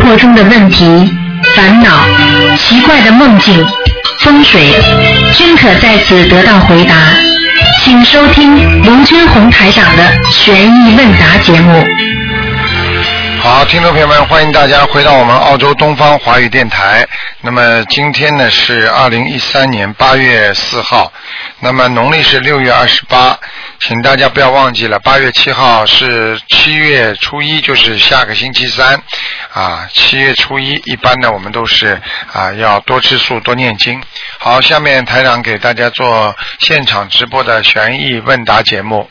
活中的问题、烦恼、奇怪的梦境、风水，均可在此得到回答。请收听卢军红台长的悬疑问答节目。 好，听众朋友们，欢迎大家回到我们澳洲东方华语电台。那么今天呢是2013年8月4号，那么农历是6月28，请大家不要忘记了，8月7号是7月初一，就是下个星期三啊。7月初一一般呢我们都是要多吃素多念经。好，下面台长给大家做现场直播的悬疑问答节目。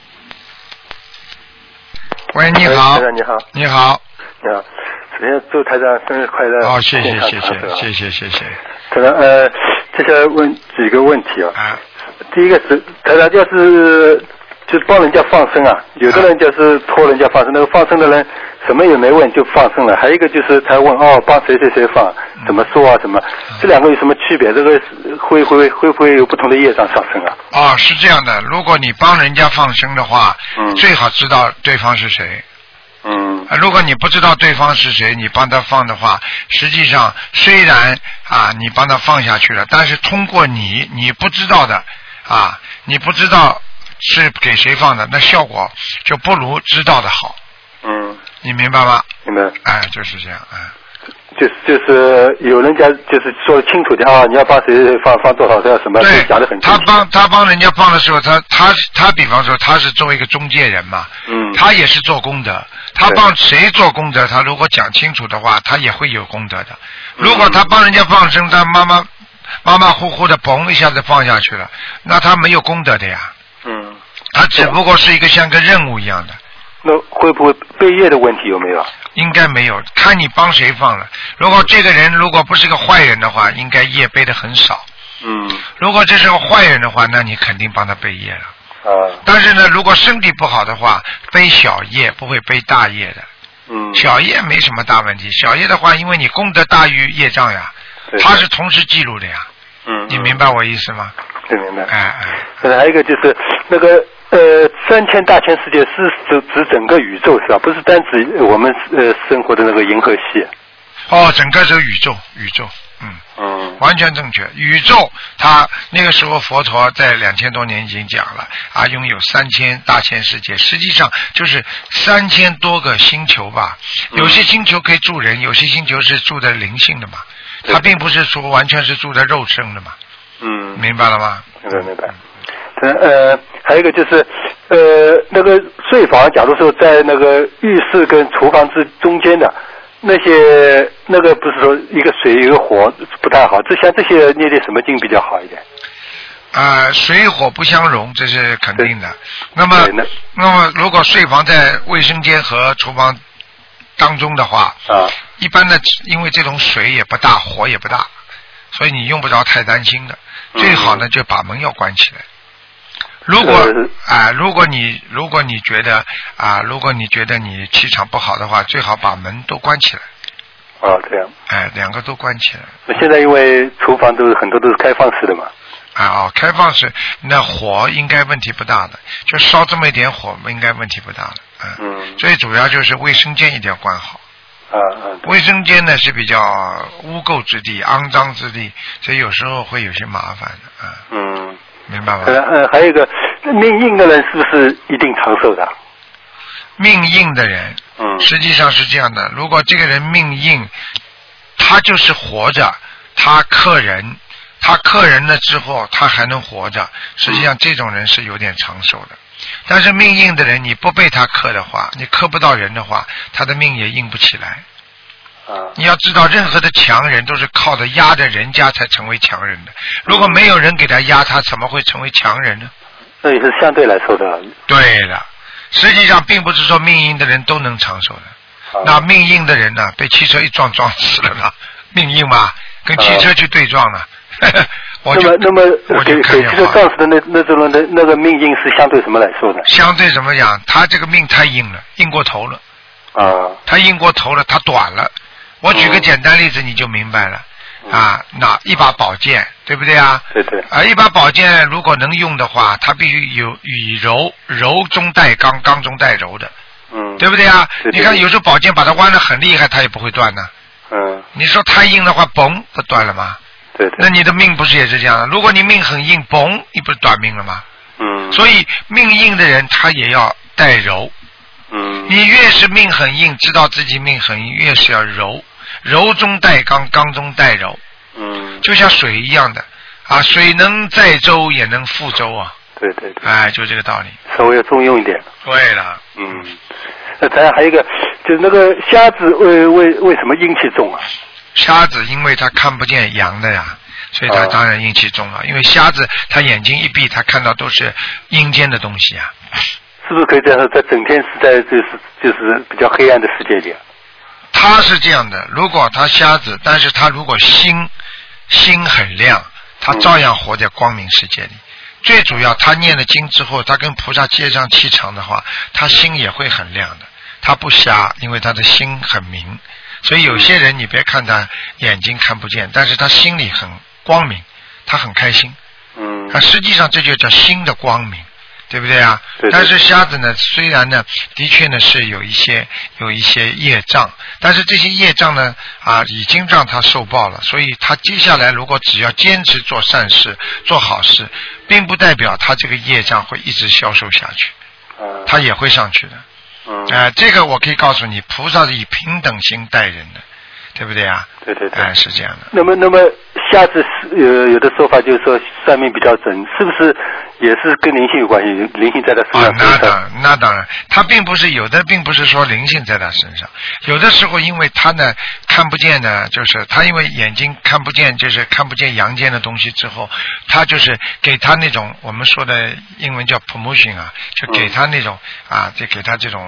喂，你好。 你好。 你好。 你好，首先祝台长生日快乐！ 好，谢谢。 台长，接下来问几个问题啊。第一个是台长，就是帮人家放生啊，有的人就是托人家放生，那个放生的人什么也没问就放生了，还有一个就是他问帮谁放，怎么说啊什么，这两个有什么区别？这个会不会有不同的业障上升啊？ 是这样的，如果你帮人家放生的话，最好知道对方是谁。如果你不知道对方是谁，你帮他放的话，实际上虽然你帮他放下去了，但是通过你不知道的你不知道是给谁放的，那效果就不如知道的好。你明白吗？ 明白。 就是这样。 就是有人家就是说清楚的你要帮谁放多少，这样什么讲得很清楚。 他帮人家放的时候，他比方说他是作为一个中介人嘛，他也是做功德。他帮谁做功德，他如果讲清楚的话，他也会有功德的。如果他帮人家放生，他马马虎虎的嘣一下子放下去了，那他没有功德的呀。他只不过是一个像个任务一样的。 那会不会背业的问题有没有？ 应该没有，看你帮谁放了。如果这个人如果不是个坏人的话，应该业背的很少。如果这是个坏人的话，那你肯定帮他背业了。但是呢，如果身体不好的话，背小业不会背大业的。小业没什么大问题，小业的话，因为你功德大于业障呀，它是同时记录的呀。你明白我意思吗？ 对，明白。还有一个就是那个3000大千世界是指整个宇宙是吧？不是单指我们生活的那个银河系。 整个这个宇宙。完全正确。宇宙，它那个时候佛陀在2000多年已经讲了拥有3000大千世界，实际上就是3000多个星球吧。有些星球可以住人，有些星球是住的灵性的嘛，它并不是说完全是住的肉身的嘛。明白了吗？ 明白。还有一个就是那个睡房，假如说在那个浴室跟厨房中间的那个不是说一个水一个火不太好，这些念点什么经比较好一点？ 水火不相容，这是肯定的。那么如果睡房在卫生间和厨房当中的话，一般的因为这种水也不大，火也不大，所以你用不着太担心的。最好呢就把门要关起来。如果你觉得你气场不好的话，最好把门都关起来。 这样。 两个都关起来。 那现在因为厨房很多都是开放式的嘛。 开放式，那火应该问题不大的，就烧这么一点火，应该问题不大的。最主要就是卫生间一定要关好。卫生间呢是比较污垢之地、肮脏之地，所以有时候会有些麻烦的。明白吗？ 还有一个命硬的人是不是一定长寿的？ 命硬的人，实际上是这样的。如果这个人命硬，他就是活着，他克人了之后，他还能活着。实际上这种人是有点长寿的。但是命硬的人，你不被他克的话，你克不到人的话，他的命也硬不起来。你要知道，任何的强人都是靠着压着人家才成为强人的。如果没有人给他压，他怎么会成为强人呢？ 那也是相对来说的。 对了，实际上并不是说命硬的人都能长寿的。那命硬的人呢，被汽车一撞死了呢，命硬嘛，跟汽车去对撞了。 那么给汽车撞死的那种人的那个命硬是相对什么来说的？ 相对怎么讲？他这个命太硬了，硬过头了。他硬过头了，他短了。我举个简单例子你就明白了。那一把宝剑，对不对啊？ 对对。 一把宝剑如果能用的话，它必须有以柔中带刚，刚中带柔的。对不对啊？ 对对。 你看有时候宝剑把它弯得很厉害，它也不会断呢。 你说太硬的话，嘣，不断了吗？ 对。 那你的命不是也是这样的？如果你命很硬，嘣，你不是短命了吗？所以命硬的人，他也要带柔。你越是命很硬，知道自己命很硬，越是要柔，柔中带刚，刚中带柔。就像水一样的啊，水能载舟也能覆舟啊。 对。 哎，就这个道理。 稍微要中用一点。 对了。 咱还有一个，就是那个瞎子为什么阴气重啊？ 瞎子因为他看不见阳的呀，所以他当然阴气重了。因为瞎子他眼睛一闭，他看到都是阴间的东西啊。 是不是可以这样说，在整天是在就是比较黑暗的世界里？ 他是这样的，如果他瞎子，但是他如果心很亮，他照样活在光明世界里。最主要，他念了经之后，他跟菩萨接上气场的话，他心也会很亮的。他不瞎，因为他的心很明。所以有些人你别看他眼睛看不见，但是他心里很光明，他很开心。实际上这就叫心的光明，对不对啊？ 对。 但是瞎子呢，虽然呢，的确呢是有一些业障，但是这些业障呢已经让他受报了，所以他接下来如果只要坚持做善事、做好事，并不代表他这个业障会一直消受下去，他也会上去的。这个我可以告诉你，菩萨是以平等心待人的，对不对啊？ 对。 是这样的。 那么瞎子有的说法就是说算命比较准，是不是也是跟灵性有关系？灵性在他身上？ 那当然，他并不是说灵性在他身上，有的时候因为他呢看不见呢，就是他因为眼睛看不见，就是看不见阳间的东西之后，他就是给他那种我们说的英文叫 promotion 啊，就给他那种就给他这种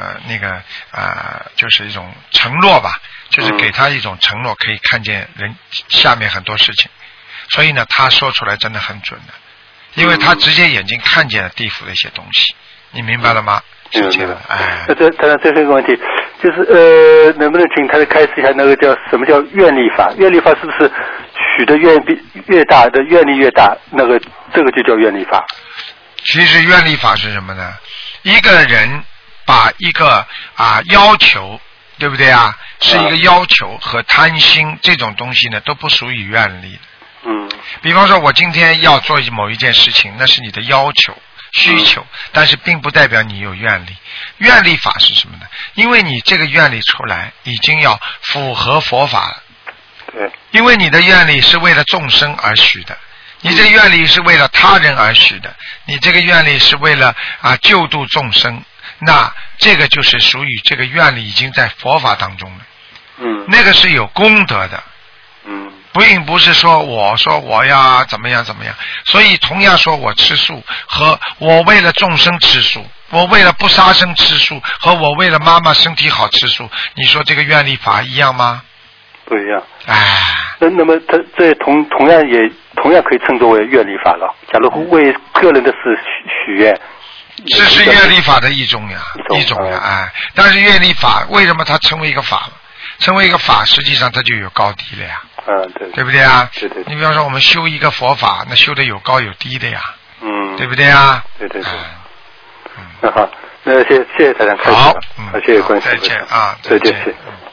就是一种承诺吧。就是给他一种承诺，可以看见人下面很多事情，所以呢，他说出来真的很准的，因为他直接眼睛看见了地府的一些东西，你明白了吗？是这样的。 那这是一个问题，就是能不能请他开始一下那个叫什么叫愿力法？愿力法是不是许的愿越大的愿力越大，这个就叫愿力法？ 其实愿力法是什么呢？一个人把一个要求。对不对啊？是一个要求和贪心这种东西呢，都不属于愿力。比方说，我今天要做某一件事情，那是你的要求、需求，但是并不代表你有愿力。愿力法是什么呢？因为你这个愿力出来，已经要符合佛法了。 对。 因为你的愿力是为了众生而许的，你这愿力是为了他人而许的，你这个愿力是为了救度众生。那这个就是属于这个愿力已经在佛法当中了。那个是有功德的。并不是说我说我要怎么样怎么样。所以同样说我吃素和我为了众生吃素，我为了不杀生吃素，和我为了妈妈身体好吃素，你说这个愿力法一样吗？ 不一样。那么它这同样可以称作为愿力法了。假如为个人的事许愿。 这是愿力法的一种呀。但是愿力法为什么它成为一个法？成为一个法，实际上它就有高低了呀。对不对啊？ 对。 你比方说我们修一个佛法，那修的有高有低的呀。对不对啊？ 对。那好，那谢谢台长开始了。好，谢谢关心。 再见啊！ 再见。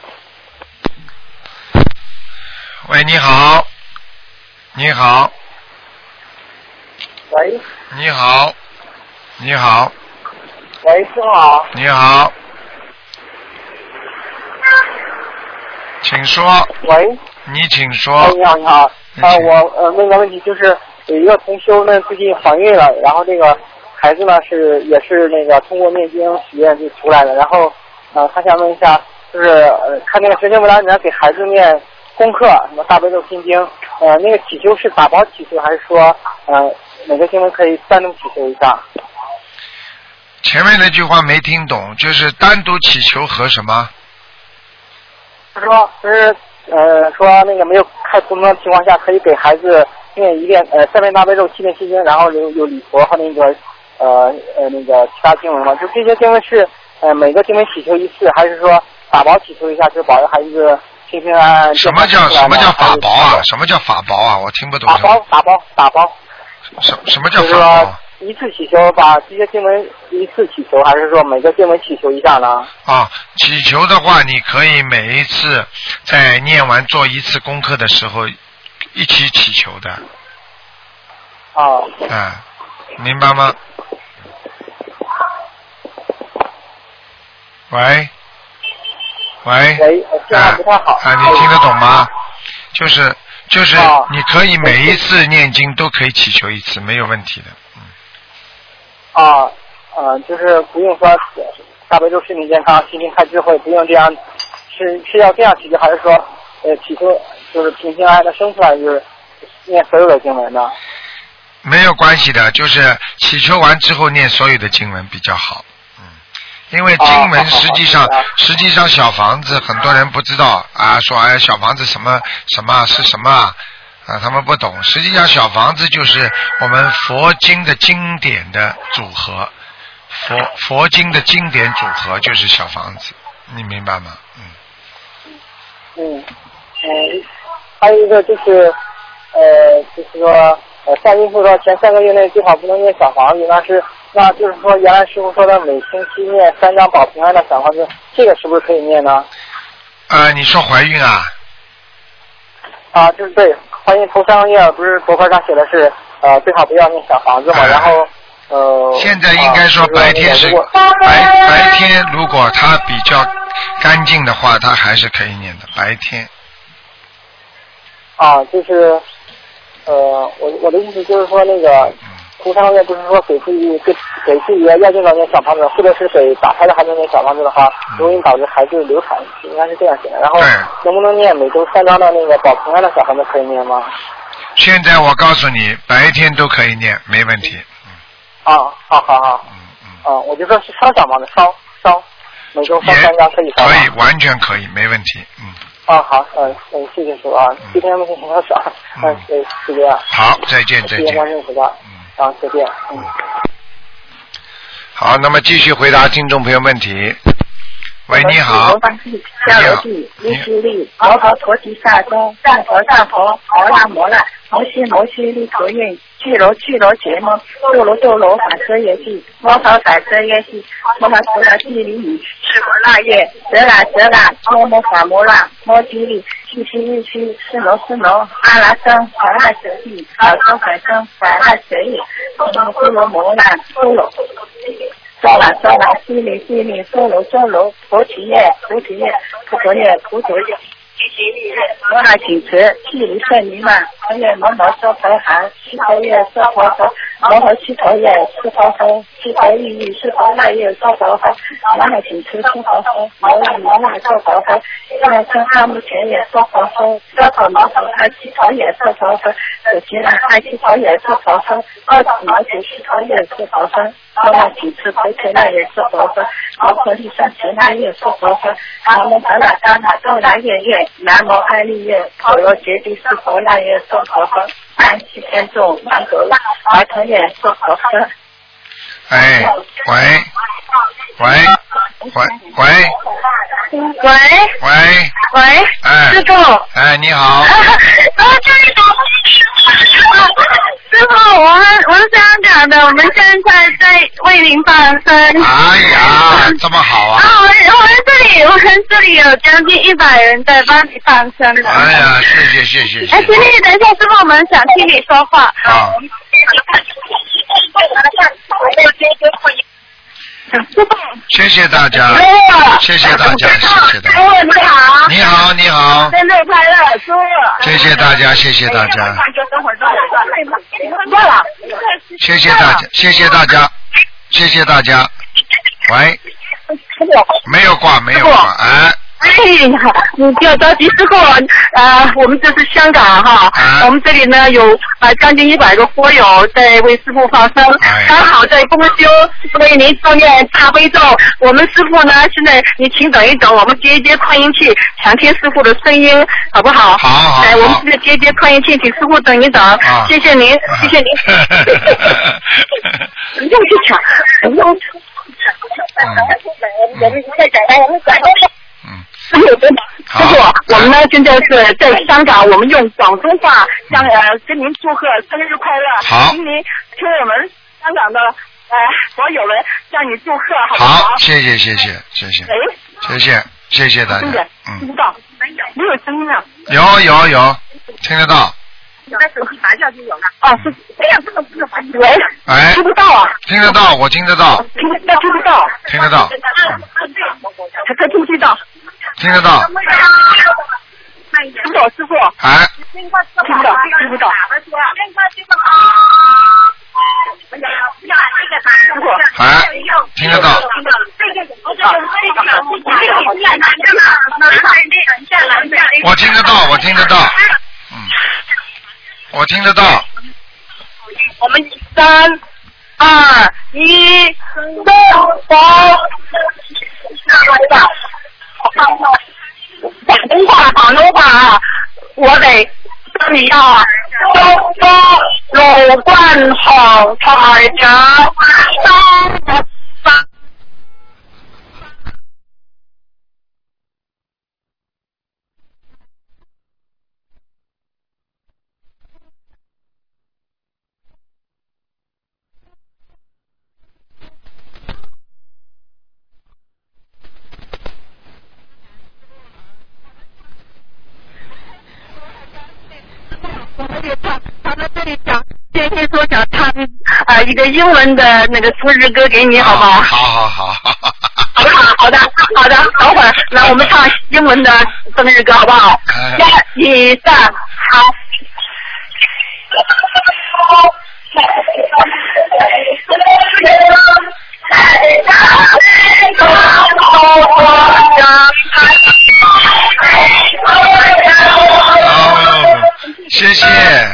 喂，你好。你好。 喂。 你好。你好。 喂，师傅好。 你好。请说。 喂。 你请说。 你好，你好。我那个问题就是有一个同修呢，最近怀孕了，然后这个孩子呢也是那个通过念经许愿就出来了，然后他想问一下，就是看那个学生文章里面给孩子念功课，什么大悲咒心经，那个祈求是打包祈求，还是说每个经文可以单独祈求一下？ 前面那句话没听懂，就是单独祈求和什么？ 他说就是说那个没有开图腾的情况下，可以给孩子念3遍大悲咒，7遍心经，然后有礼佛和那个其他经文嘛？就这些经文是每个经文祈求一次，还是说打包祈求一下，就是保佑孩子平平安安？ 什么叫法宝啊？什么叫法宝啊？我听不懂。 打包。 什么叫法宝？ 一次祈求把这些经文一次祈求，还是说每个经文祈求一下呢？ 祈求的话，你可以每一次在念完做一次功课的时候一起祈求的。明白吗？喂， 信号不太好。 你听得懂吗？就是你可以每一次念经都可以祈求一次，没有问题的。 就是不用说大悲咒身体健康，心灵开智慧，不用这样，是要这样祈求，还是说祈求就是平平安安的生出来，就是念所有的经文呢？ 没有关系的，就是祈求完之后念所有的经文比较好。因为经文实际上小房子很多人不知道说小房子什么是什么他们不懂。实际上小房子就是我们佛经的经典的组合，佛经的经典组合就是小房子，你明白吗？ 还有一个就是说上孕妇说前3个月内最好不能念小房子，那就是说原来师傅说的每星期念3张保平安的小房子，这个是不是可以念呢？ 你说怀孕就是对，怀孕头3个月不是博客上写的是最好不要念小房子嘛，然后现在应该说白天是白天如果它比较干净的话，它还是可以念的白天。 就是我的意思就是说那个头3个月不是说给自己要经常念小房子，或者是给打胎的孩子念小房子的话，容易导致孩子流产，应该是这样写的。然后能不能念每周3张的那个保平安的小房子可以念吗？ 现在我告诉你，白天都可以念，没问题。 好。我就说是烧小房子，烧，每周烧3张可以烧吗？ 可以，完全可以，没问题。 好，谢谢师傅今天问题比较少，是这样。 好，再见。 谢谢观世音菩萨。再见。 好，那么继续回答听众朋友问题。喂，你好。 下楼地，离心力，摩诃陀提萨中，上佛，摩那，摩西利陀愿，俱罗羯摩，斗罗法遮耶系，摩诃法遮耶系，摩诃陀罗地理语，是摩那耶，则那，摩法摩那，摩吉利，西是罗，阿拉僧，法那舍地，法僧，法那舍耶，摩那，娑罗，西里，娑罗，菩提叶，摩那紧持，毗卢舍尼嘛，摩娑婆含，悉陀夜娑婆诃，摩诃悉陀夜娑婆诃，悉陀意悉陀那夜娑婆诃，摩那紧持娑婆诃，摩那娑婆诃，那僧阿目前也娑婆诃，娑婆摩诃阿悉陀也娑婆诃，可吉那阿悉陀也娑婆诃，二土摩羯悉陀也娑婆诃，摩那紧持菩提那夜娑婆诃，摩诃利上持那夜娑婆诃，南无达那达那多那夜，南无阿利耶，婆罗揭谛斯婆那耶娑婆诃，安七天众南格拉阿腾耶娑婆诃。 喂， 师傅。 你好。 师傅，我是香港的，我们现在在为您放生。 哎呀，这么好啊！ 我们这里有将近100人在帮你放生的。 哎呀，谢谢。 请你等一下，师傅，我们想听你说话。 谢谢大家，谢谢大家。你好， 生日快乐，师傅。 谢谢大家。谢谢大家。喂，没有挂。 你好，你不要着急，师傅，我们这是香港哈，我们这里呢有将近100个佛友在为师傅放生，刚好在公休，所以您多念大悲咒。我们师傅呢，现在你请等一等，我们接一接扩音器，想听师傅的声音，好不好？ 好。 我们现在接扩音器，请师傅等一等，谢谢您。不用去抢，不用。师傅，我们呢现在是在香港，我们用广东话跟您祝贺生日快乐。 好， 请您听我们香港的所有人向你祝贺，好不好？ 好， 谢谢。谢谢大家。 听不到，没有声音啊。 有，听得到。 在手机麻将就有了。哦，是这样，这个不是麻将。喂。 哎。 听不到啊。 听得到，我听得到。 听不到。 听得到。 他听不到。 听得到。 听不到，师傅。 哎。 听不到。 哎，听得到。我听得到。我听得到。 我们3、2、1，走！广东话，我哋今年祝福盧君豪台長生日快樂。他们这里讲，今天说想唱一个英文的那个生日歌给你，好不好？ 好。 好的。等会儿，那我们唱英文的生日歌，好不好？1、2、3，好。 谢谢。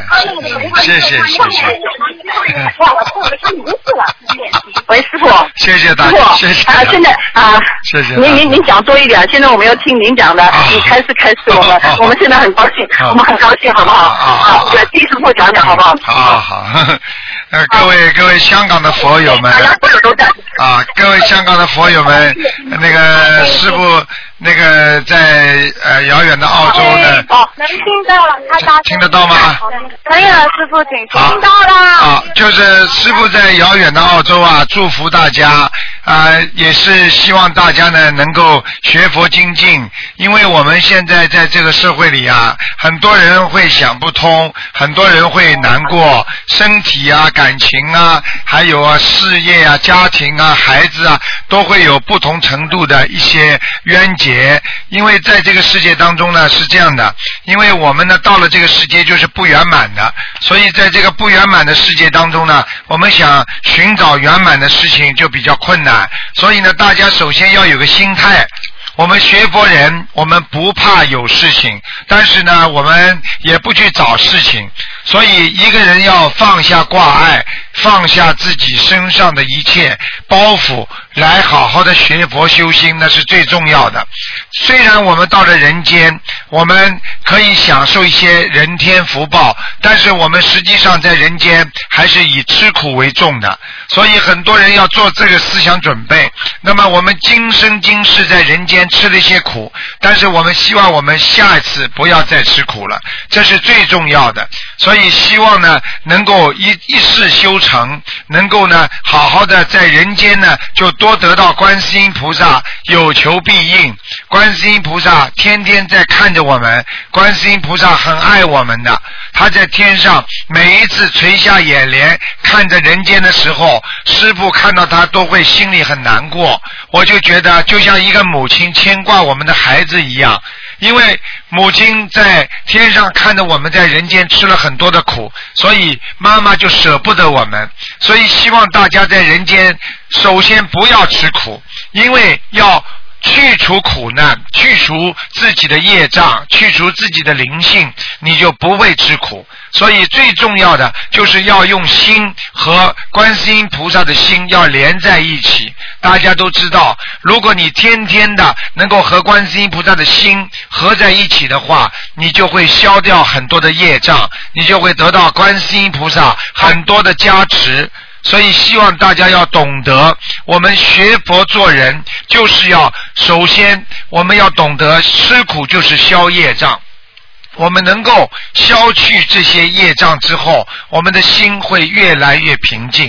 喂，师傅。 谢谢大家。谢谢。 现在谢谢。您讲多一点，现在我们要听您讲的。你开始我们现在很高兴，我们很高兴，好不好？替师傅讲讲，好不好？ 好。各位香港的佛友们。各位香港的佛友们，那个师傅。那个在遥远的澳洲呢。 能听到， 听得到吗？ 可以了，师傅，请听到了。 就是师傅在遥远的澳洲祝福大家也是希望大家呢能够学佛精进，因为我们现在在这个社会里很多人会想不通，很多人会难过，身体感情还有事业家庭孩子都会有不同程度的一些冤结。因为在这个世界当中呢是这样的，因为我们呢到了这个世界就是不圆满的，所以在这个不圆满的世界当中呢，我们想寻找圆满的事情就比较困难，所以呢大家首先要有个心态，我们学佛人我们不怕有事情，但是呢我们也不去找事情，所以一个人要放下挂碍，放下自己身上的一切包袱，来好好的学佛修心，那是最重要的。虽然我们到了人间，我们可以享受一些人天福报，但是我们实际上在人间还是以吃苦为重的，所以很多人要做这个思想准备。那么我们今生今世在人间吃了一些苦，但是我们希望我们下一次不要再吃苦了，这是最重要的。所以希望呢能够一世修成，能够呢好好的在人间呢就多得到观世音菩萨有求必应，观世音菩萨天天在看着我们，观世音菩萨很爱我们的，他在天上每一次垂下眼帘看着人间的时候，师父看到他都会心里很难过。我就觉得就像一个母亲牵挂我们的孩子一样，因为母亲在天上看着我们在人间吃了很多的苦，所以妈妈就舍不得我们。所以希望大家在人间首先不要吃苦，因为要去除苦难，去除自己的业障，去除自己的灵性，你就不会吃苦。所以最重要的就是要用心和观世音菩萨的心要连在一起。大家都知道，如果你天天的能够和观世音菩萨的心合在一起的话，你就会消掉很多的业障，你就会得到观世音菩萨很多的加持。所以希望大家要懂得，我们学佛做人就是要首先我们要懂得吃苦就是消业障，我们能够消去这些业障之后，我们的心会越来越平静。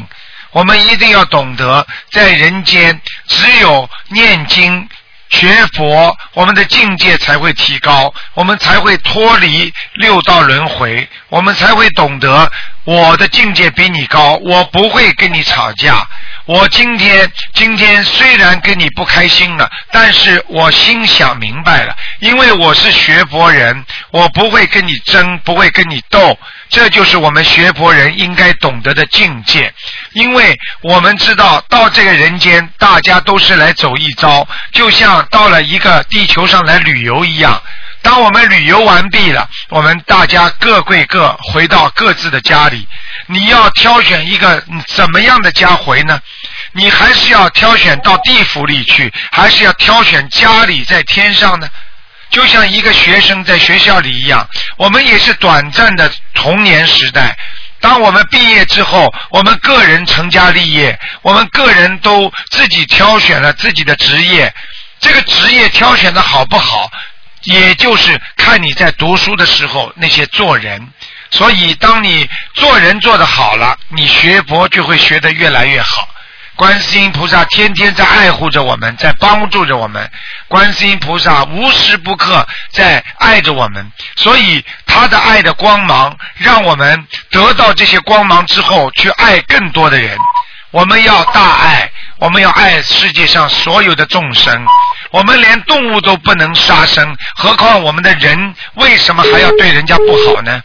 我们一定要懂得，在人间只有念经学佛，我们的境界才会提高，我们才会脱离六道轮回，我们才会懂得我的境界比你高，我不会跟你吵架。我今天虽然跟你不开心了，但是我心想明白了，因为我是学佛人，我不会跟你争，不会跟你斗，这就是我们学佛人应该懂得的境界。因为我们知道到这个人间大家都是来走一遭，就像到了一个地球上来旅游一样，当我们旅游完毕了，我们大家各归各，回到各自的家里。你要挑选一个怎么样的家回呢？你还是要挑选到地府里去，还是要挑选家里在天上呢？就像一个学生在学校里一样，我们也是短暂的童年时代，当我们毕业之后，我们个人成家立业，我们个人都自己挑选了自己的职业，这个职业挑选的好不好，也就是看你在读书的时候那些做人。所以当你做人做得好了，你学佛就会学得越来越好。观世音菩萨天天在爱护着我们，在帮助着我们，观世音菩萨无时不刻在爱着我们，所以他的爱的光芒让我们得到这些光芒之后去爱更多的人。我们要大爱，我们要爱世界上所有的众生，我们连动物都不能杀生，何况我们的人为什么还要对人家不好呢？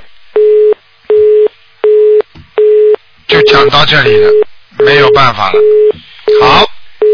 就讲到这里了，没有办法了。好，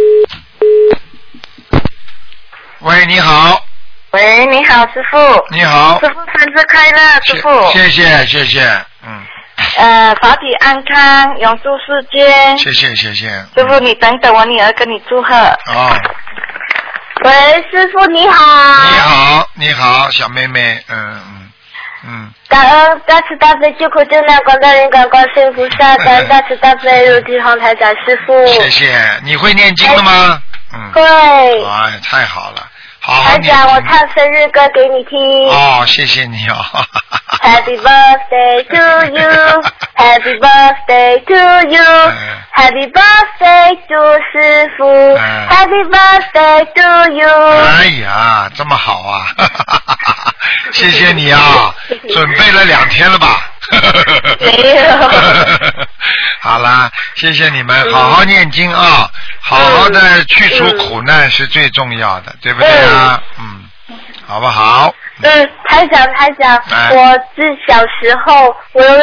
喂，你好。 喂，你好，师傅。 你好。 师傅生日快乐，师傅。 谢谢。 法体安康，永驻世间。 谢谢。 师傅，你等等，我女儿跟你祝贺。 哦。 喂，师傅你好。 你好，小妹妹， 感恩大慈大悲救苦救难广大灵感观世音菩萨，感恩大慈大悲如来皇台长师傅。 谢谢。你会念经了吗？ 会。 哎，太好了。好， 台长，我唱生日歌给你听。 哦，谢谢你哦。 Happy birthday to you, Happy birthday to you, Happy birthday 祝师傅 ，Happy birthday to you。 哎呀，这么好啊！谢谢你啊，准备了2天了吧？ 没有。 好啦，谢谢你们，好好念经啊，好好的去除苦难是最重要的，对不对啊？好不好？ 台长，我自小时候我有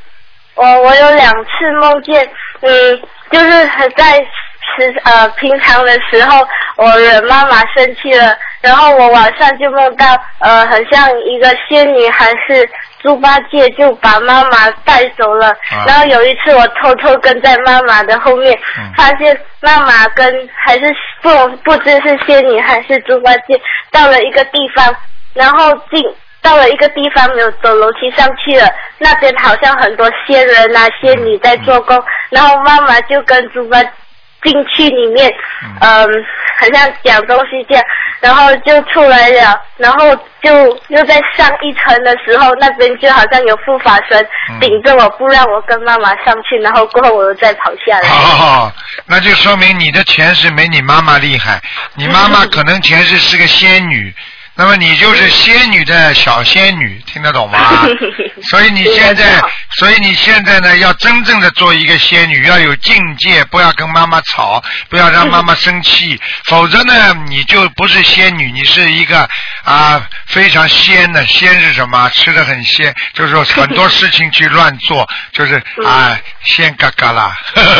2次梦见，就是在平常的时候，我惹妈妈生气了，然后我晚上就梦到很像一个仙女还是猪八戒就把妈妈带走了，然后有一次我偷偷跟在妈妈的后面，发现妈妈跟还是不知是仙女还是猪八戒到了一个地方，然后到了一个地方，有走楼梯上去了，那边好像很多仙人啊仙女在做工，然后妈妈就跟猪八戒进去里面，好像讲东西这样，然后就出来了，然后就又在上一层的时候，那边就好像有护法神顶着我，不让我跟妈妈上去，然后过后我又再跑下来。 那就说明你的前世没你妈妈厉害，你妈妈可能前世是个仙女。那么你就是仙女的小仙女，听得懂吗？所以你现在呢，要真正的做一个仙女，要有境界，不要跟妈妈吵，不要让妈妈生气，否则呢，你就不是仙女，你是一个非常仙的。仙是什么？吃得很鲜，就是说很多事情去乱做，就是仙嘎嘎啦。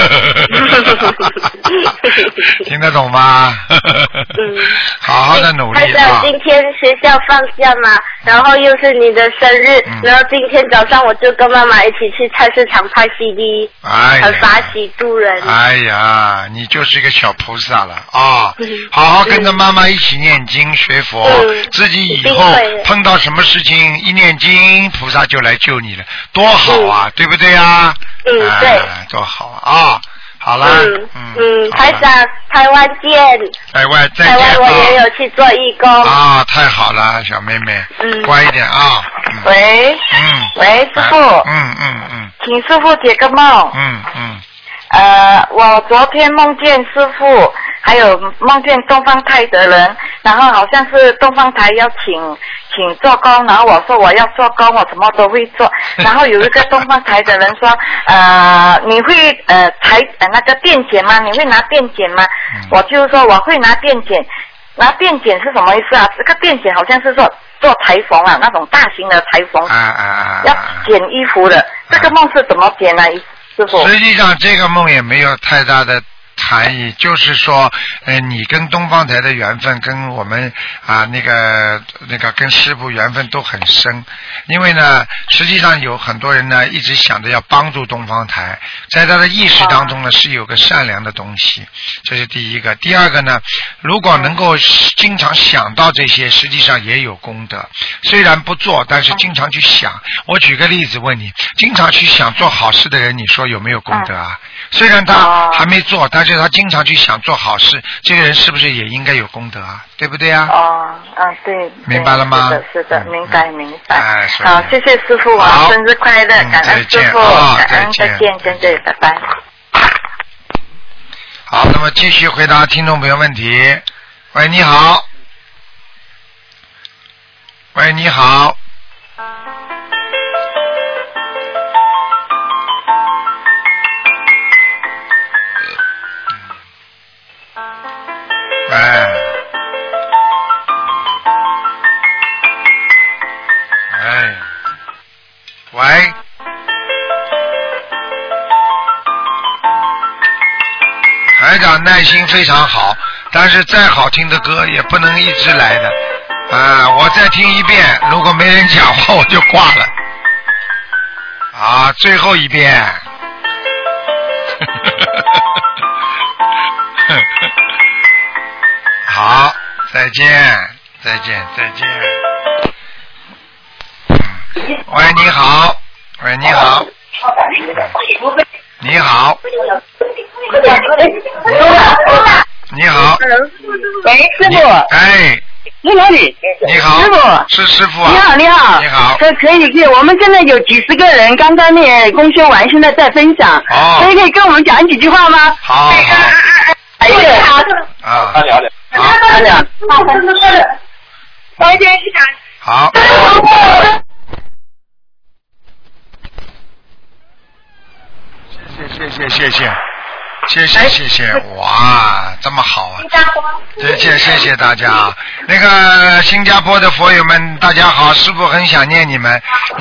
听得懂吗？好好的努力啊！ 今天学校放假嘛，然后又是你的生日，然后今天早上我就跟妈妈一起去菜市场拍 CD，很法喜助人。 哎呀，你就是一个小菩萨了啊！好好跟着妈妈一起念经学佛，自己以后碰到什么事情一念经，菩萨就来救你了，多好啊，对不对啊？ 对， 多好啊！好了， 台长，台湾见。 台湾再见。 台湾我也有去做义工。 太好了，小妹妹，乖一点啊。 喂，喂，师傅。请师傅解个梦。 我昨天梦见师父，还有梦见东方台的人，然后好像是东方台要请做工，然后我说我要做工，我什么都会做。然后有一个东方台的人说，你会那个电剪吗？你会拿电剪吗？我就说我会拿电剪。拿电剪是什么意思啊？这个电剪好像是说做裁缝啊，那种大型的裁缝，要剪衣服的。这个梦是怎么剪呢？师傅？ 实际上这个梦也没有太大的含义，就是说，你跟东方台的缘分，跟我们那个跟师父缘分都很深。因为呢，实际上有很多人呢一直想着要帮助东方台，在他的意识当中呢是有个善良的东西，这是第一个。第二个呢，如果能够经常想到这些，实际上也有功德。虽然不做，但是经常去想。我举个例子问你，经常去想做好事的人，你说有没有功德啊？虽然他还没做，但是他经常去想做好事，这个人是不是也应该有功德啊？对不对啊？ 对。 明白了吗？ 是的，明白。好，谢谢师父啊，生日快乐，感恩师父，感恩，再见，拜拜。 好，那么继续回答听众朋友问题。喂，你好。喂，你好。喂，台长耐心非常好，但是再好听的歌也不能一直来的我再听一遍，如果没人讲话我就挂了最后一遍好，再见。喂，你好。喂，你好。你好。你好。 喂，师傅。 哎。 你好， 你好。 师傅。 是师傅啊。 你好。 你好。 可以，我们现在有几十个人，刚刚那公修完，现在在分享。可以跟我们讲几句话吗？ 好。 哎呀。 聊。好。谢谢，哇，这么好啊！谢谢大家。那个新加坡的佛友们，大家好，师父很想念你们。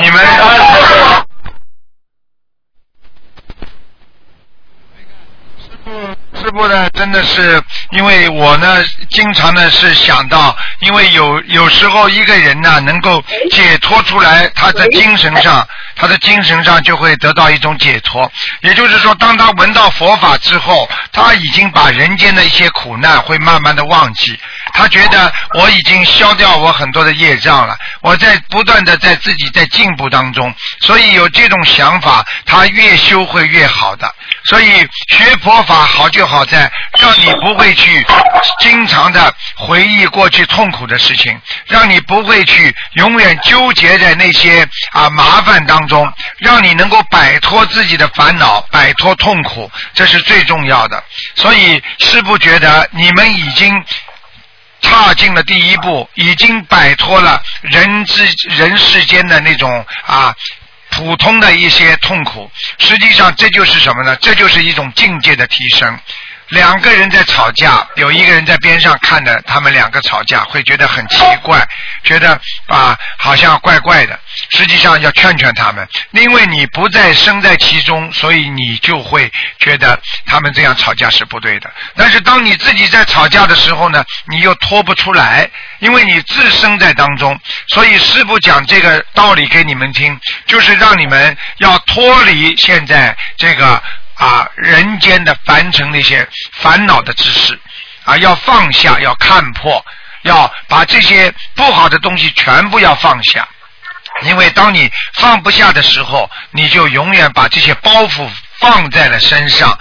师父呢，真的是，因为我呢，经常呢是想到，因为有时候一个人呢能够解脱出来，他的精神上就会得到一种解脱。也就是说，当他闻到佛法之后，他已经把人间的一些苦难会慢慢的忘记。他觉得我已经消掉我很多的业障了，我在不断的在自己在进步当中，所以有这种想法，他越修会越好的。所以学佛法好就好在让你不会去经常的回忆过去痛苦的事情，让你不会去永远纠结在那些麻烦当中，让你能够摆脱自己的烦恼，摆脱痛苦，这是最重要的。所以师父觉得你们已经踏进了第一步，已经摆脱了人世间的那种普通的一些痛苦。实际上这就是什么呢？这就是一种境界的提升。两个人在吵架，有一个人在边上看着他们两个吵架，会觉得很奇怪，觉得好像怪怪的。实际上要劝他们，因为你不再身在其中，所以你就会觉得他们这样吵架是不对的。但是当你自己在吵架的时候呢，你又脱不出来，因为你自身在当中。所以师父讲这个道理给你们听，就是让你们要脱离现在这个人间的凡尘那些烦恼的知识要放下，要看破，要把这些不好的东西全部要放下。因为当你放不下的时候，你就永远把这些包袱放在了身上，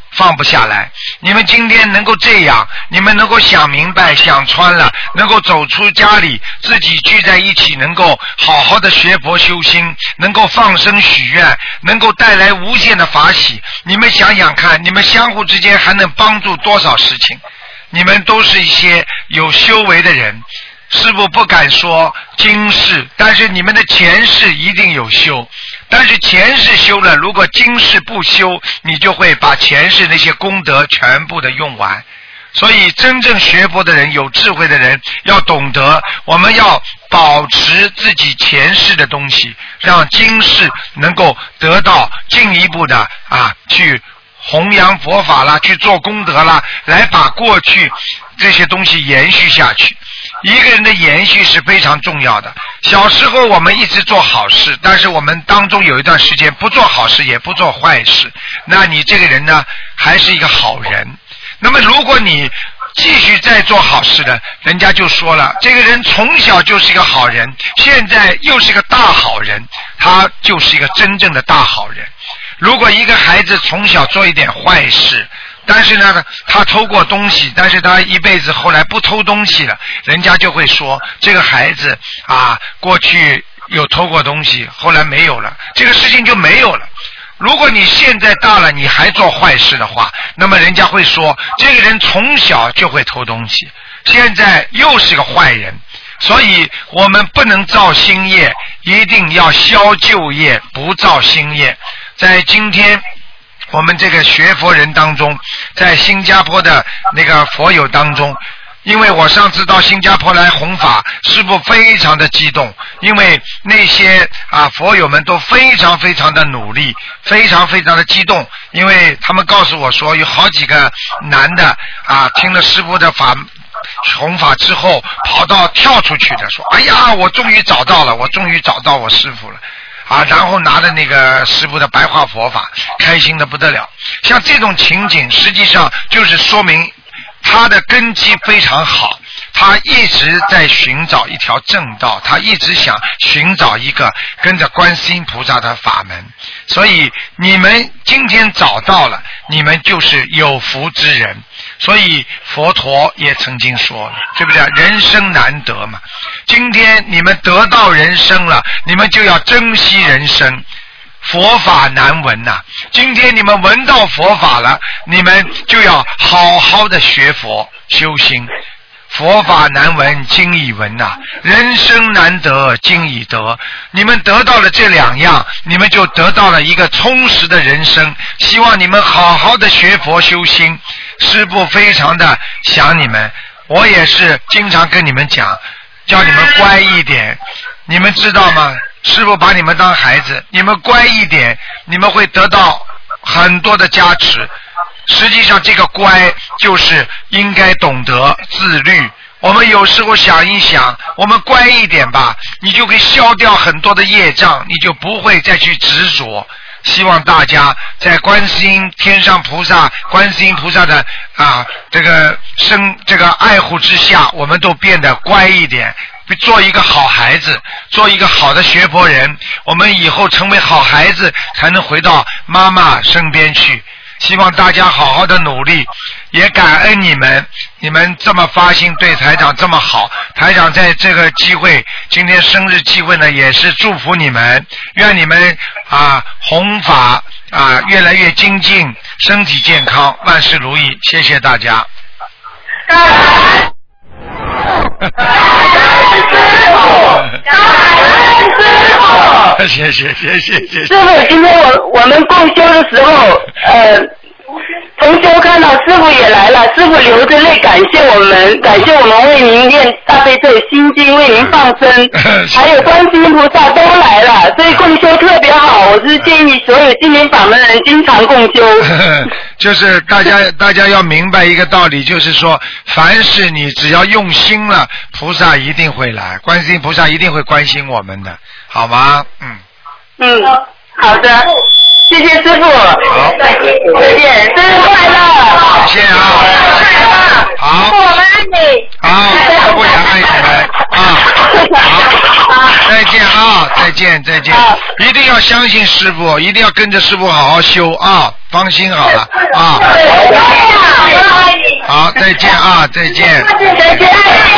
放不下来。你们今天能够这样，你们能够想明白想穿了，能够走出家里，自己聚在一起，能够好好的学佛修心，能够放生许愿，能够带来无限的法喜。你们想想看，你们相互之间还能帮助多少事情。你们都是一些有修为的人，师父不敢说今世，但是你们的前世一定有修。但是前世修了，如果今世不修，你就会把前世那些功德全部的用完。所以真正学佛的人，有智慧的人，要懂得我们要保持自己前世的东西，让今世能够得到进一步的去弘扬佛法啦，去做功德啦，来把过去这些东西延续下去。一个人的延续是非常重要的。小时候我们一直做好事，但是我们当中有一段时间不做好事也不做坏事，那你这个人呢还是一个好人。那么如果你继续再做好事的，人家就说了，这个人从小就是一个好人，现在又是个大好人，他就是一个真正的大好人。如果一个孩子从小做一点坏事，但是呢他偷过东西，但是他一辈子后来不偷东西了，人家就会说这个孩子过去有偷过东西，后来没有了，这个事情就没有了。如果你现在大了你还做坏事的话，那么人家会说这个人从小就会偷东西，现在又是个坏人。所以我们不能造新业，一定要消旧业，不造新业。在今天我们这个学佛人当中，在新加坡的那个佛友当中，因为我上次到新加坡来弘法，师父非常的激动，因为那些佛友们都非常非常的努力，非常非常的激动，因为他们告诉我说有好几个男的听了师父的弘法之后跑到跳出去的，说哎呀我终于找到了，我终于找到我师父了然后拿着那个师父的白话佛法，开心的不得了。像这种情景实际上就是说明他的根基非常好，他一直在寻找一条正道，他一直想寻找一个跟着观世音菩萨的法门。所以你们今天找到了，你们就是有福之人。所以佛陀也曾经说了，对不对？人生难得嘛，今天你们得到人生了，你们就要珍惜人生。佛法难闻呐，今天你们闻到佛法了，你们就要好好的学佛修心。佛法难闻今已闻呐，人生难得今已得。你们得到了这两样，你们就得到了一个充实的人生。希望你们好好的学佛修心。师父非常的想你们，我也是经常跟你们讲，叫你们乖一点。你们知道吗？师父把你们当孩子，你们乖一点，你们会得到很多的加持。实际上这个乖就是应该懂得自律。我们有时候想一想，我们乖一点吧，你就可以消掉很多的业障，你就不会再去执着。希望大家在观世音天上菩萨、观世音菩萨的这个爱护之下，我们都变得乖一点，做一个好孩子，做一个好的学佛人。我们以后成为好孩子，才能回到妈妈身边去。希望大家好好的努力，也感恩你们这么发心对台长这么好。台长在这个机会，今天生日机会呢，也是祝福你们，愿你们弘法越来越精进，身体健康，万事如意。谢谢大家。谢谢。 师父，今天我们共修的时候，同修看到师父也来了，师父流着泪感谢我们为您念大悲咒心经，为您放生，还有观世音菩萨都来了，所以共修特别好。我是建议所有心灵法门的人经常共修。 就是大家要明白一个道理，就是说凡是你只要用心了，菩萨一定会来，观世音菩萨一定会关心我们的，好吗？ 好的，谢谢师父。好，再见，生日快乐！ 谢谢啊！好， 我们爱你。 好，我也爱你们啊！好，再见啊！再见。 见，再见。一定要相信师傅，一定要跟着师傅好好修啊！放心好了啊。好，再见啊，再见。 再见。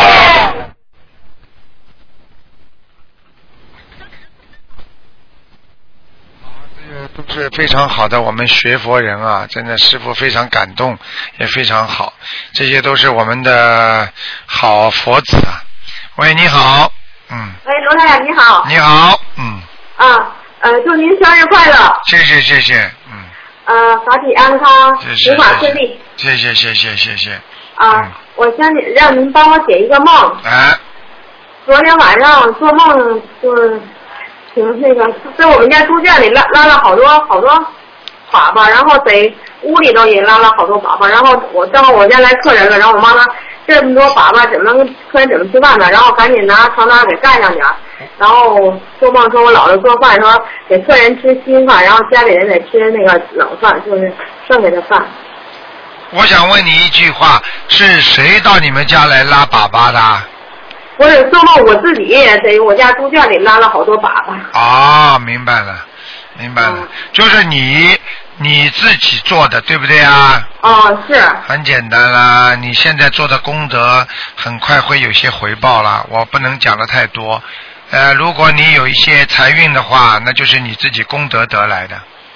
都是非常好的，我们学佛人啊，真的师父非常感动，也非常好，这些都是我们的好佛子啊。喂，你好， 喂，罗太太你好。 你好， 祝您生日快乐。 谢谢谢谢， 法体安康， 诸法顺利。 谢谢谢谢谢谢。 我想让您帮我解一个梦。昨天晚上做梦就是挺那个，在我们家猪圈里拉了好多粑粑，然后在屋里头也拉了好多粑粑，然后正好我家来客人了，然后我妈妈这么多粑粑客人怎么吃饭呢？然后赶紧拿床单给盖上点，然后做梦说我姥姥做饭，说给客人吃新饭，然后家里人得吃那个冷饭，就是剩下的饭。 我想问你一句话，是谁到你们家来拉粑粑的？ 我是做梦我自己在我家猪圈里拉了好多粑粑。 明白了，明白了，就是你自己做的，对不对啊？ 是。 很简单啦，你现在做的功德，很快会有些回报啦。我不能讲的太多。如果你有一些财运的话，那就是你自己功德得来的。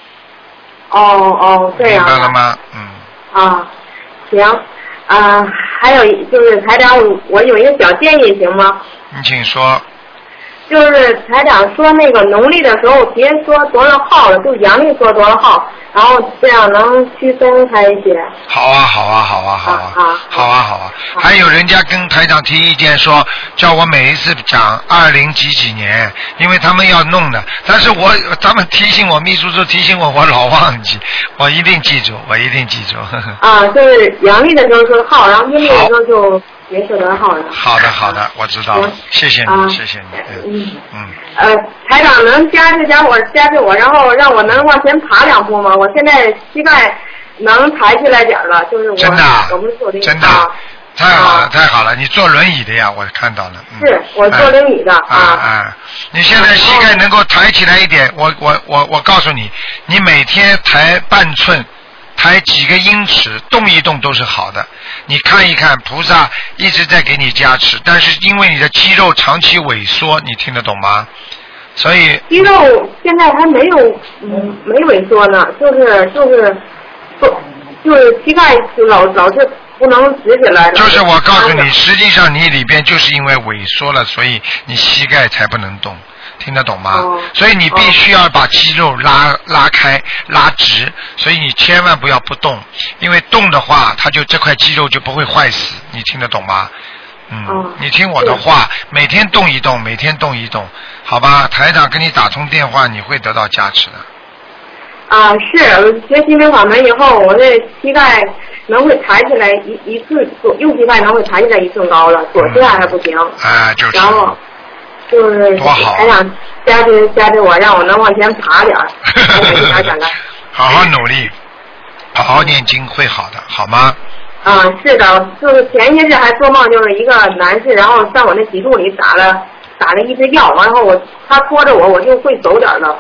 这样。 明白了吗？ 行。还有就是台长，我有一个小建议，行吗？ 你请说。 就是台长说那个农历的时候别说多少号了，就阳历说多少号，然后这样能区分开一些。 好啊。还有人家跟台长提意见说，叫我每一次讲20几年，因为他们要弄的，但是他们提醒我，秘书处提醒我，我老忘记，我一定记住。 就是阳历的时候说号，然后阴历的时候就别说多少号了。 好的，我知道了，谢谢你，谢谢你。 台长能加持我，然后让我能往前爬2步吗？我现在膝盖能抬起来点了，就是我真的， 我们坐的真的，太好了，你坐轮椅的呀，我看到了。 是我坐轮椅的你现在膝盖能够抬起来一点，我告诉你，你每天抬半寸。抬几个英尺，动一动都是好的。你看一看，菩萨一直在给你加持，但是因为你的肌肉长期萎缩，你听得懂吗？所以肌肉现在还没萎缩呢，就是膝盖老是不能直起来。 就是我告诉你，实际上你里边就是因为萎缩了，所以你膝盖才不能动。听得懂吗？所以你必须要把肌肉拉开拉直，所以你千万不要不动，因为动的话它就这块肌肉就不会坏死，你听得懂吗？你听我的话，每天动一动，好吧？台长跟你打通电话，你会得到加持的。 是学心灵法门以后，我这膝盖能会抬起来一寸，右膝盖能会抬起来1寸高了，左膝盖还不行。 就是。 然后就是还想加持我，让我能往前爬点儿。 好好努力，好好念经会好的，好吗？ 是的，就是前些日还做梦，就是一个男士，然后在我那脊柱里打了一支药，然后他拖着我就会走点了。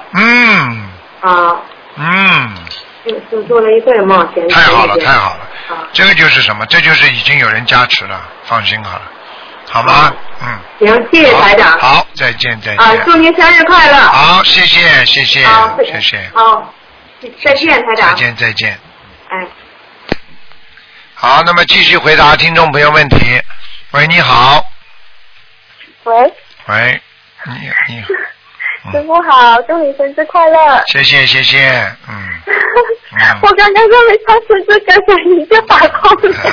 就做了一个梦。 太好了。这个就是什么？这就是已经有人加持了，放心好了。好吗？ 行，谢谢台长。 好，再见。 祝您生日快乐。 好，谢谢。 好，再见，台长。 再见。好，那么继续回答听众朋友问题。喂，你好。 喂， 你好。 师傅好，祝你生日快乐。 谢谢。 我刚刚认为他生日歌，所以你就打通了。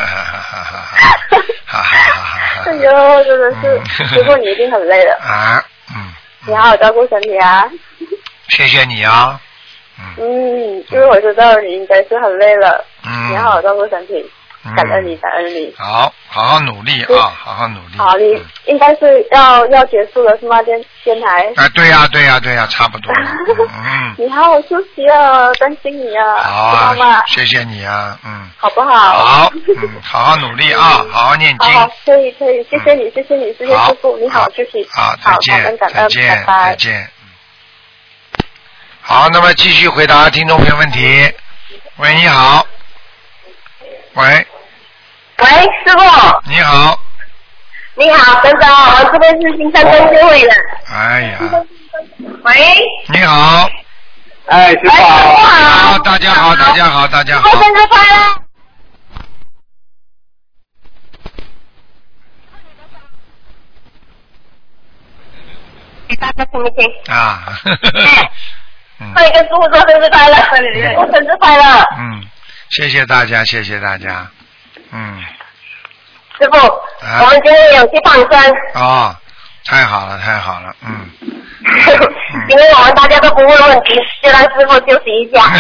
哎呦，真的是，师傅你一定很累了。你好好照顾身体啊。 谢谢你啊。 因为我知道你应该是很累了。你好好照顾身体。感恩你。 好好努力啊，好好努力。 好，你应该是要结束了是吗？电台。 对呀，差不多。 你好好休息啊，担心你啊。 好啊，谢谢你啊， 好不好？ 好，好好努力啊，好好念经。 好，可以，谢谢你，谢谢师傅，你好，休息。 好，再见， 感恩，拜拜。 再见。 好，那么继续回答听众朋友问题。喂，你好。喂， 师傅。 你好。 你好，等等，我这边是新山公司会的。 哎呀。 喂。 你好。 哎，师傅好。大家好，大家好，大家好。 生日快乐。给大家听一听。 啊。 欢迎跟师傅说生日快乐，我生日快乐。 谢谢大家，谢谢大家。 师傅，我们今天有去放生。 哦，太好了，太好了， 因为我们大家都不问问题，就让师傅休息一下。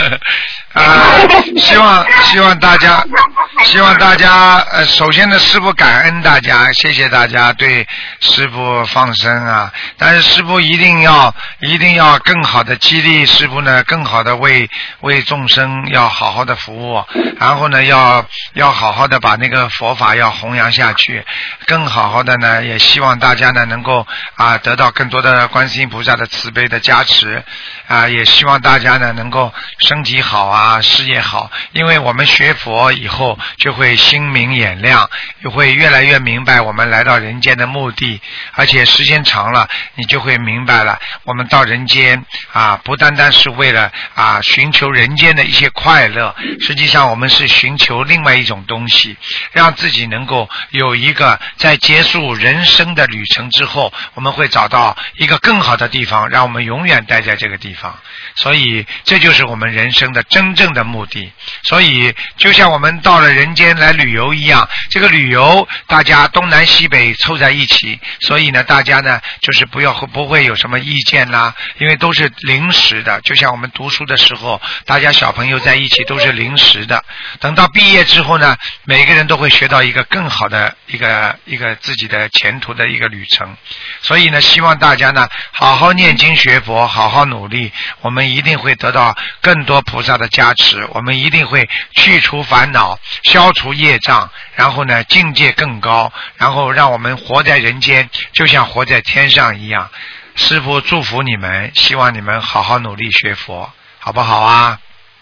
希望大家首先呢，师父感恩大家，谢谢大家对师父放生啊。但是师父一定要更好的激励师父呢，更好的为众生要好好的服务，然后呢要好好的把那个佛法要弘扬下去，更好好的呢，也希望大家呢能够得到更多的观世音菩萨的慈悲的加持也希望大家呢能够身体好事业好，因为我们学佛以后就会心明眼亮，就会越来越明白我们来到人间的目的，而且时间长了你就会明白了，我们到人间不单单是为了寻求人间的一些快乐，实际上我们是寻求另外一种东西，让自己能够有一个在结束人生的旅程之后，我们会找到一个更好的地方，让我们永远待在这个地方。所以这就是我们人生的真正的目的。所以就像我们到了人间来旅游一样，这个旅游大家东南西北凑在一起，所以呢大家呢就是不会有什么意见啦，因为都是临时的，就像我们读书的时候大家小朋友在一起都是临时的，等到毕业之后呢，每个人都会学到一个更好的一个自己的前途的一个旅程。所以呢希望大家呢好好念经学佛，好好努力，我们一定会得到更多菩萨的加持，我们一定会去除烦恼，消除业障，然后呢境界更高，然后让我们活在人间就像活在天上一样。师父祝福你们，希望你们好好努力学佛，好不好啊？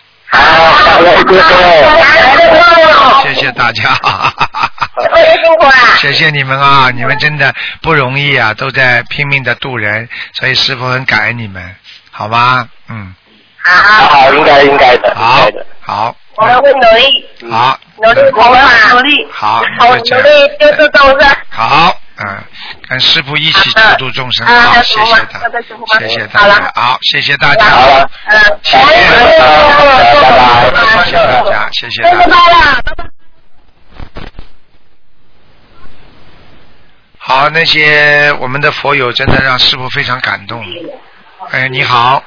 谢谢大家。谢谢你们你们真的不容易都在拼命的度人，所以师父很感恩你们，好吗？ 好，应该的， 好， 我们会努力。 好， 努力，我们努力。 好， 努力就是众生。 好，跟师父一起救度众生。好，谢谢大家，谢谢大家，好，谢谢大家，谢谢大家，谢谢大家。好，那些我们的佛友真的让师父非常感动。你好，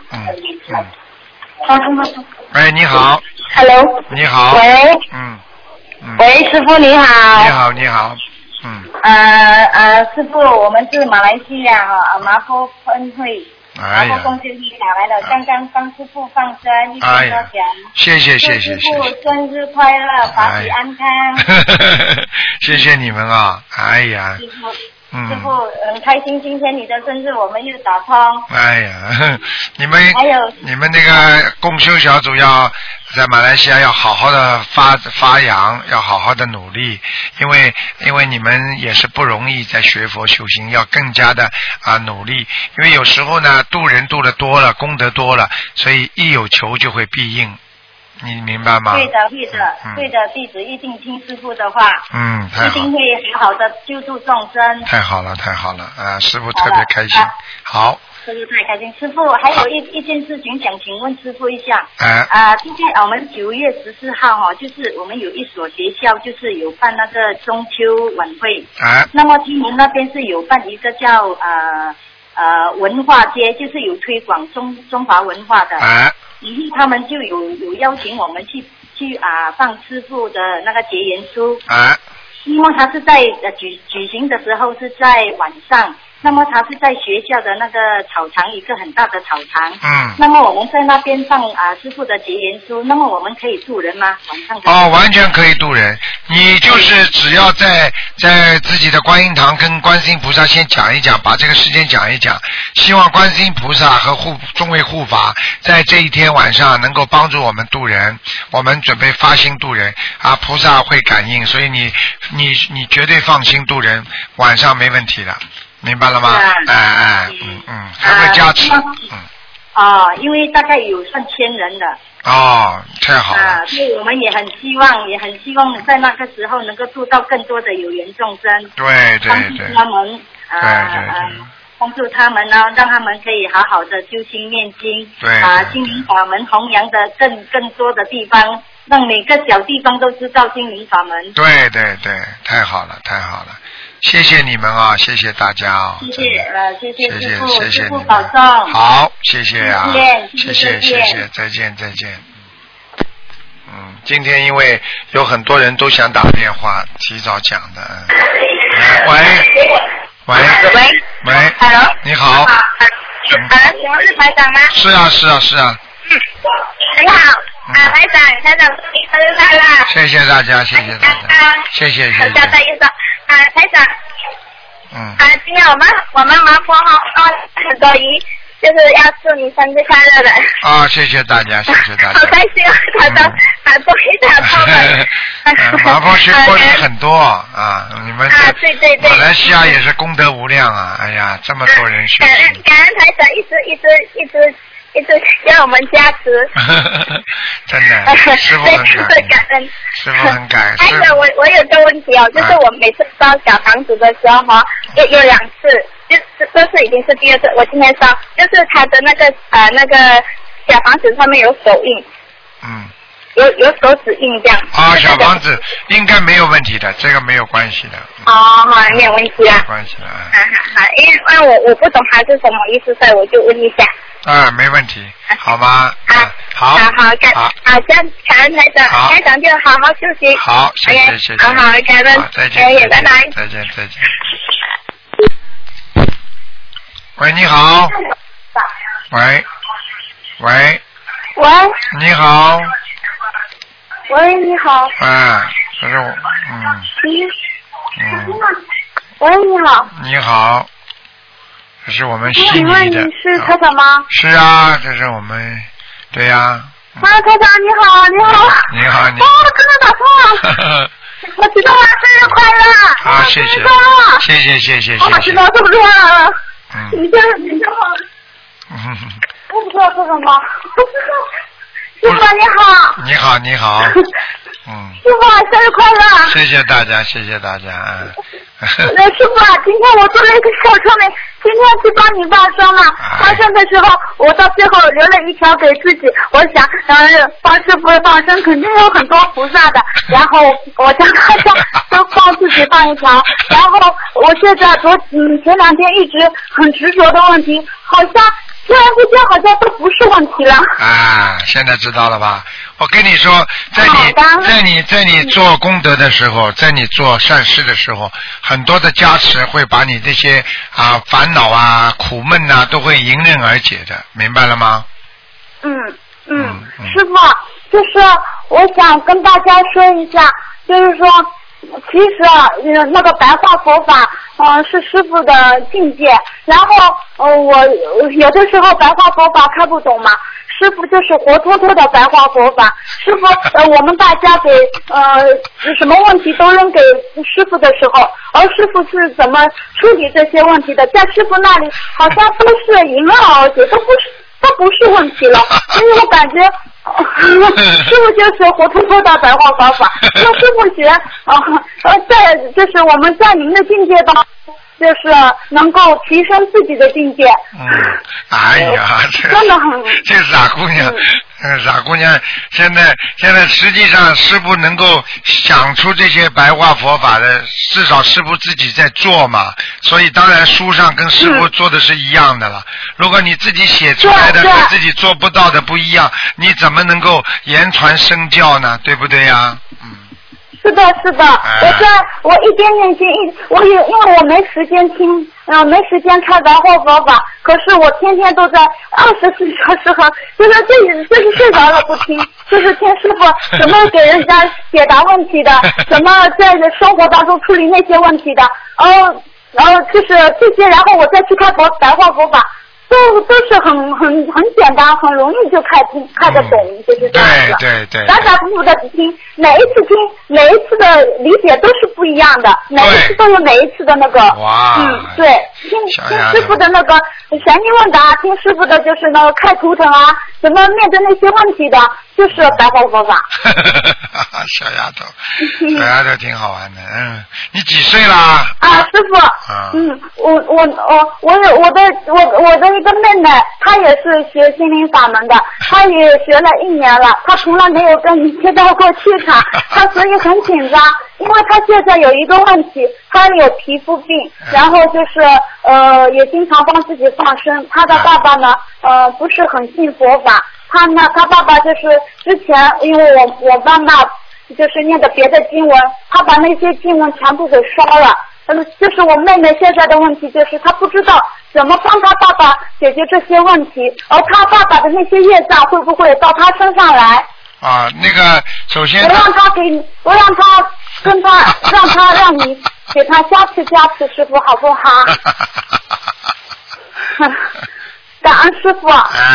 你好 ，Hello， 你好， 喂，喂，师父你好， 你好， 师父，我们是马来西亚麻坡分会，麻坡公修会打来的，刚刚帮师父放生，1分多讲， 谢谢， 师父生日快乐，法体安康， 谢谢你们哎呀。 师父很开心，今天你的生日我们又打通。 哎呀，你们那个共修小组要在马来西亚要好好的发扬，要好好的努力，因为你们也是不容易，在学佛修行要更加的努力，因为有时候呢度人度的多了，功德多了，所以一有求就会必应。你明白吗？ 对的，弟子一定听师父的话。一定会好的救助众生。太好了师父特别开心。好。 师父太开心，师父还有一件事情想请问师父一下。今天我们9月14号就是我们有一所学校就是有办那个中秋晚会。那么听您那边是有办一个叫文化街，就是有推广中华文化的。他们就有邀请我们去放师父的那个结缘书。因为他是在举行的时候是在晚上， 那么它是在学校的那个草场，一个很大的草场。那么我们在那边放师父的结缘书，那么我们可以渡人吗？晚上哦，完全可以渡人。你就是只要在自己的观音堂跟观世音菩萨先讲一讲，把这个事情讲一讲，希望观世音菩萨和众位护法在这一天晚上能够帮助我们渡人。我们准备发心渡人啊，菩萨会感应，所以你绝对放心渡人，晚上没问题的。明白了吗？还会加持。 因为大概有上1000人的。 哦，太好了。 所以我们也很希望在那个时候能够度到更多的有缘众生。 对。 帮助他们。帮助他们呢，让他们可以好好的修心念经。心灵法门弘扬的更多的地方，让每个小地方都知道心灵法门。 对，太好了。谢谢你们啊，谢谢大家啊！ 谢谢师父， 师父保重。 好，谢谢啊，谢谢，再见。今天因为有很多人都想打电话，提早讲的。喂 ，Hello， 你好。 请问是台长吗？ 是啊。 你好。台长，祝你生日快乐！ 谢谢大家，谢谢。 好，交代一声，台长。今天我们麻婆很多鱼，就是要祝你生日快乐的。 谢谢大家。 好开心啊！他终于打通了。 麻婆学过人很多啊，你们对。 马来西亚也是功德无量啊！哎呀，这么多人学。 感恩台长一直让我们加持。 真的，师父很感恩。 师父很感恩。 台长，我有个问题哦，就是我每次烧小房子的时候有2次，这次已经是第2次，我今天烧，就是它的那个小房子上面有手印。有手指印这样。 小房子应该没有问题的，这个没有关系的。 好，没有问题啊。 没关系的。 好，因为我不懂它是什么意思，所以我就问一下。 没问题，好吗？好， 感恩台长，台长就好好休息。 好，谢谢。 好，感恩， 再见， 拜拜。 再见。喂，你好。喂。你好。 喂，你好。 这是我。 喂，你好。 你好。这是我们悉尼的。 请问你是台长吗？ 是啊，这是我们，对呀。 台长你好。 你好。 真的打通了。我知道了，生日快乐。 谢谢。谢谢。 我知道，是不是？你先好。我不知道说什么。师傅你好。 你好。 师傅生日快乐。 谢谢大家。 师傅今天我做了一个小聪明，今天去帮你放生了。放生的时候，我到最后留了一条给自己。我想，帮师傅放生肯定有很多菩萨的，然后我叫大家都帮自己放一条。然后我现在前2天一直很执着的问题，好像突然之间好像都不是问题了。 现在知道了吧？我跟你说，在你做功德的时候，在你做善事的时候，很多的加持会把你这些烦恼苦闷都会迎刃而解的，明白了吗？ 师傅，就是我想跟大家说一下，就是说其实那个白话佛法是师父的境界，然后我有的时候白话佛法看不懂嘛，师父就是活脱脱的白话佛法。师父我们大家给什么问题都扔给师父的时候，而师父是怎么处理这些问题的，在师父那里好像都是迎刃而解，都不是问题了。因为我感觉师父就是活脱脱的白话佛法，跟师父学在就是我们在您的境界当中，就是能够提升自己的境界。 哎呀， 真的很这傻姑娘，傻姑娘，现在实际上师父能够想出这些白话佛法的，至少师父自己在做嘛，所以当然书上跟师父做的是一样的了。如果你自己写出来的和自己做不到的不一样，你怎么能够言传身教呢？对不对呀？ 是的，我一边念经因为我没时间听，没时间开白话佛法，可是我天天都在24小时就是睡着了不听，就是听师傅怎么给人家解答问题的，怎么在生活当中处理那些问题的，然后就是这些，然后我再去开白话佛法。都是很简单，很容易就看得懂，就是这样子。 对。 反反复复的听，每一次的理解都是不一样的，每一次都有每一次的那个。 哇。 对，听师傅的那个玄疑问答，听师傅的就是那个开图腾啊，怎么面对那些问题的，就是白话佛法。 小丫头挺好玩的，你几岁啦？ 师傅，我的一个妹妹，她也是学心灵法门的，她也学了1年了，她从来没有跟你接到过气场，她所以很紧张，因为她现在有一个问题，她有皮肤病，然后就是也经常帮自己放生。她的爸爸呢，不是很信佛法，她爸爸就是之前因为我妈妈就是念的别的经文，她把那些经文全部给烧了。就是我妹妹现在的问题，就是她不知道怎么帮她爸爸解决这些问题，而她爸爸的那些业障会不会到她身上来？ 那个首先我让你给她加持，师傅好不好？感恩师傅。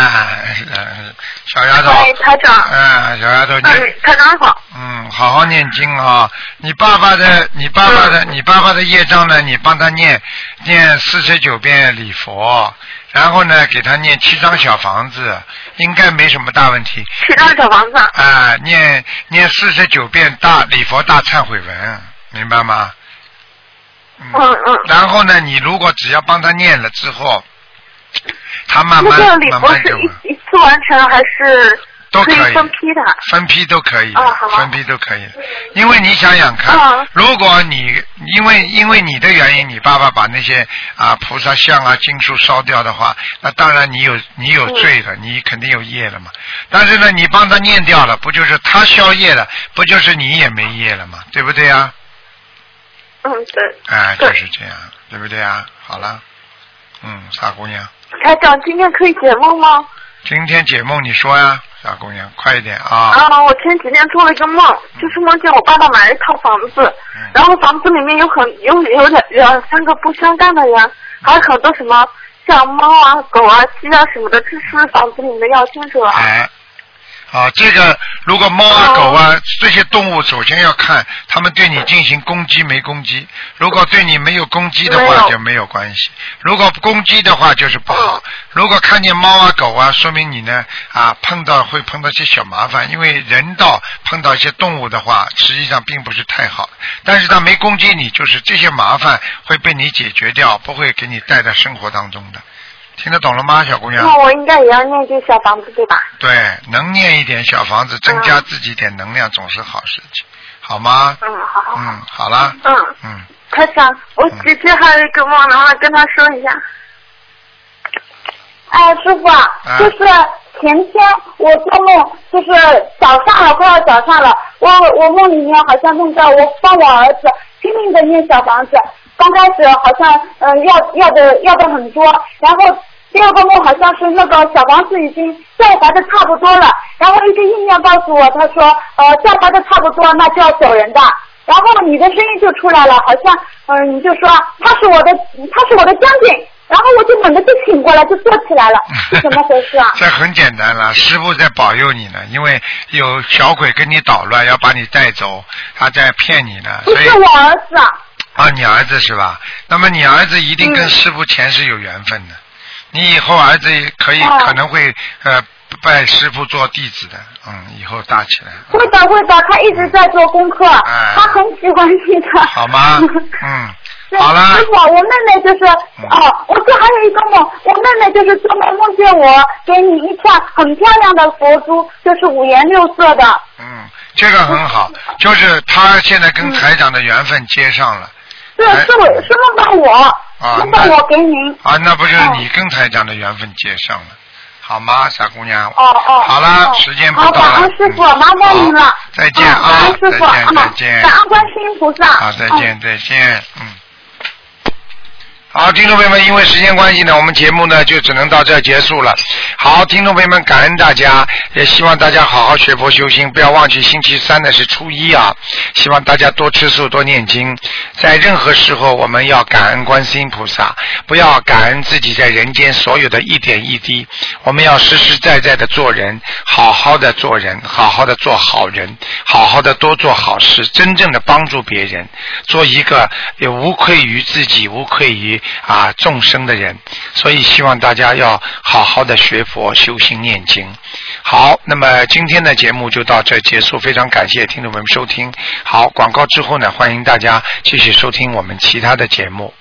小丫头。 台长。 小丫头， 台长好。 好好念经啊！你爸爸的业障呢？你帮他念49遍礼佛，然后呢，给他念7张小房子，应该没什么大问题。 7张小房子。 念49遍礼佛大忏悔文，明白吗？然后呢，你如果只要帮他念了之后，他慢慢礼佛是一次完成还是？ 都可以分批的， 分批都可以，分批都可以。因为你想想看，如果你因为你的原因，你爸爸把那些菩萨像经书烧掉的话，那当然你有罪了，你肯定有业了嘛。但是呢，你帮他念掉了，不就是他消业了，不就是你也没业了嘛，对不对呀？ 对。 就是这样，对不对啊？好了，傻姑娘。 台长，今天可以解梦吗？ 今天解梦你说呀。小姑娘，快一点啊！ 我前几天做了一个梦，就是梦见我爸爸买了一套房子，然后房子里面有2-3个不相干的人，还有很多什么像猫啊、狗啊、鸡啊什么的，这是房子里面的要经者。 这个如果猫啊、狗啊这些动物，首先要看他们对你进行攻击没攻击。如果对你没有攻击的话，就没有关系；如果攻击的话，就是不好。如果看见猫啊、狗啊，说明你呢会碰到一些小麻烦，因为人道碰到一些动物的话，实际上并不是太好。但是它没攻击你，就是这些麻烦会被你解决掉，不会给你带到生活当中的。听得懂了吗，小姑娘？ 那我应该也要念这小房子，对吧？ 对，能念一点小房子，增加自己点能量，总是好事情，好吗？ 好。 好了。 台长，我姐姐还有一个梦，能不能跟她说一下？师傅，就是前天我做梦，就是早上了，快要早上了，我梦里面好像梦到我帮我儿子拼命的念小房子，刚开始好像要的很多，然后第二个梦好像是那个小房子已经下达的差不多了，然后一个意念告诉我，他说下达的差不多，那就要走人的。然后你的声音就出来了，好像你就说他是我的将军，然后我就猛地就醒过来，就坐起来了，是怎么回事啊？ 这很简单了，师父在保佑你呢，因为有小鬼跟你捣乱，要把你带走，他在骗你呢。 不是我儿子你儿子是吧？那么你儿子一定跟师父前世有缘分的，你以后儿子可能会拜师父做弟子的，以后大起来。 会的，他一直在做功课，他很喜欢你的。 好吗？好了。 师傅，我妹妹就是我这还有一个梦，我妹妹就是做梦梦见我给你一串很漂亮的佛珠，就是5颜6色的。 这个很好，就是他现在跟台长的缘分接上了。 是梦到我，梦到我给您。 那不就是你跟台长的缘分接上了？ 好吗，傻姑娘？ 哦。 好了，时间不到了。 感恩师傅，麻烦您了。 再见啊！ 师傅， 再见。 感恩观世音菩萨。 好，再见。好，听众朋友们，因为时间关系呢，我们节目呢就只能到这儿结束了。好，听众朋友们，感恩大家，也希望大家好好学佛修心，不要忘记星期三呢是初一啊，希望大家多吃素多念经，在任何时候我们要感恩观世音菩萨，不要感恩自己在人间所有的一点一滴，我们要实实在在的做人，好好的做人，好好的做好人，好好的多做好事，真正的帮助别人，做一个也无愧于自己，无愧于众生的人。所以希望大家要好好的学佛修心念经。好，那么今天的节目就到这结束，非常感谢听众朋友们收听。好，广告之后呢，欢迎大家继续收听我们其他的节目。